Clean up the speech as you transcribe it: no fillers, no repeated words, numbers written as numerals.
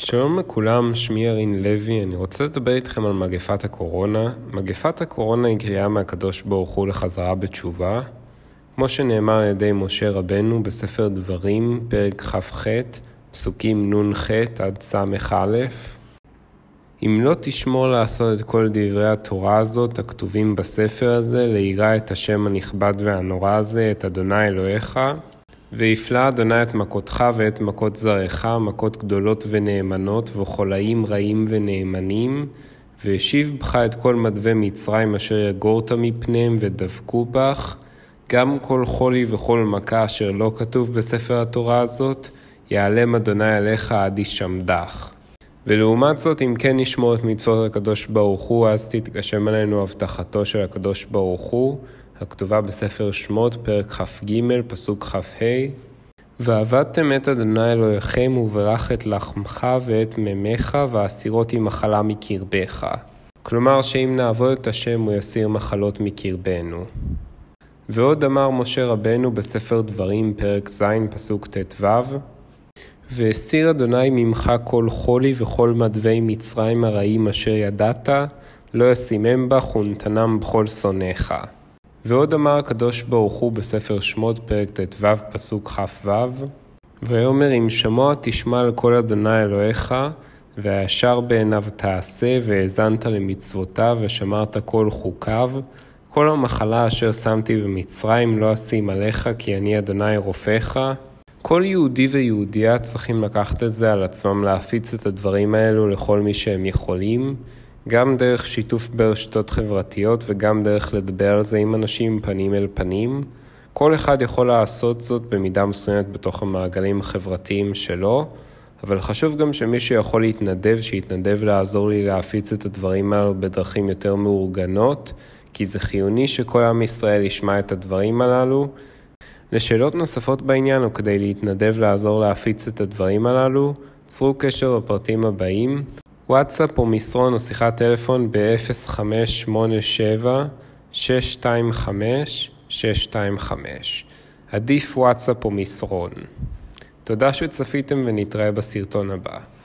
שלום לכולם, שמי ירין לוי, אני רוצה לדבר איתכם על מגפת הקורונה. מגפת הקורונה היא קריאה מהקדוש ברוך הוא לחזרה בתשובה. כמו שנאמר על ידי משה רבנו בספר דברים, פרק כ"ח, פסוקים נ"ח עד ס"א. אם לא תשמור לעשות את כל דברי התורה הזאת הכתובים בספר הזה, ליראה את השם הנכבד והנורא הזה, את אדוני אלוהיך, ויפלא אדוני את מכותך ואת מכות זרעך, מכות גדולות ונאמנות, וחולאים רעים ונאמנים, והשיב בך את כל מדווי מצרים אשר יגורת מפניהם ודבקו בך, גם כל חולי וכל מכה אשר לא כתוב בספר התורה הזאת, יעלם אדוני עליך עד ישמדך. ולעומת זאת, אם כן נשמור את מצוות הקדוש ברוך הוא, אז תתגשם עלינו הבטחתו של הקדוש ברוך הוא, הכתובה בספר שמות, פרק כ"ג, פסוק כ"ה. ועבדתם את אדוני אלוהיכם וברך את לחמך ואת מימיך, והסירות עם מחלה מקרבך. כלומר שאם נעבוד את השם הוא יסיר מחלות מקרבנו. ועוד אמר משה רבנו בספר דברים, פרק ז', פסוק ט"ו, והסיר אדוני ממך כל חולי וכל מדווי מצרים הרעים אשר ידעת, לא ישימם בך ונתנם בכל שונאיך. ועוד אמר הקדוש ברוך הוא בספר שמות פרק ט"ו פסוק כ"ו, ויאמר אם שמוע תשמע לכל אדוני אלוהיך, והישר בעיניו תעשה, והאזנת למצוותיו ושמרת כל חוקיו, כל המחלה אשר שמתי במצרים לא אשים עליך, כי אני אדוני רופאך. כל יהודי ויהודייה צריכים לקחת את זה על עצמם, להפיץ את הדברים האלו לכל מי שהם יכולים, גם דרך שיתוף ברשתות חברתיות וגם דרך לדבר על זה עם אנשים פנים אל פנים. כל אחד יכול לעשות זאת במידה מסוימת בתוך המעגלים החברתיים שלו, אבל חשוב גם שמי שיכול להתנדב, שיתנדב לעזור לי להפיץ את הדברים האלו בדרכים יותר מאורגנות, כי זה חיוני שכל עם ישראל ישמע את הדברים הללו. לשאלות נוספות בעניין או כדי להתנדב לעזור להפיץ את הדברים הללו, צרו קשר בפרטים הבאים, וואטסאפ או מסרון או שיחת טלפון ב-0587-625-625. עדיף וואטסאפ או מסרון. תודה שצפיתם ונתראה בסרטון הבא.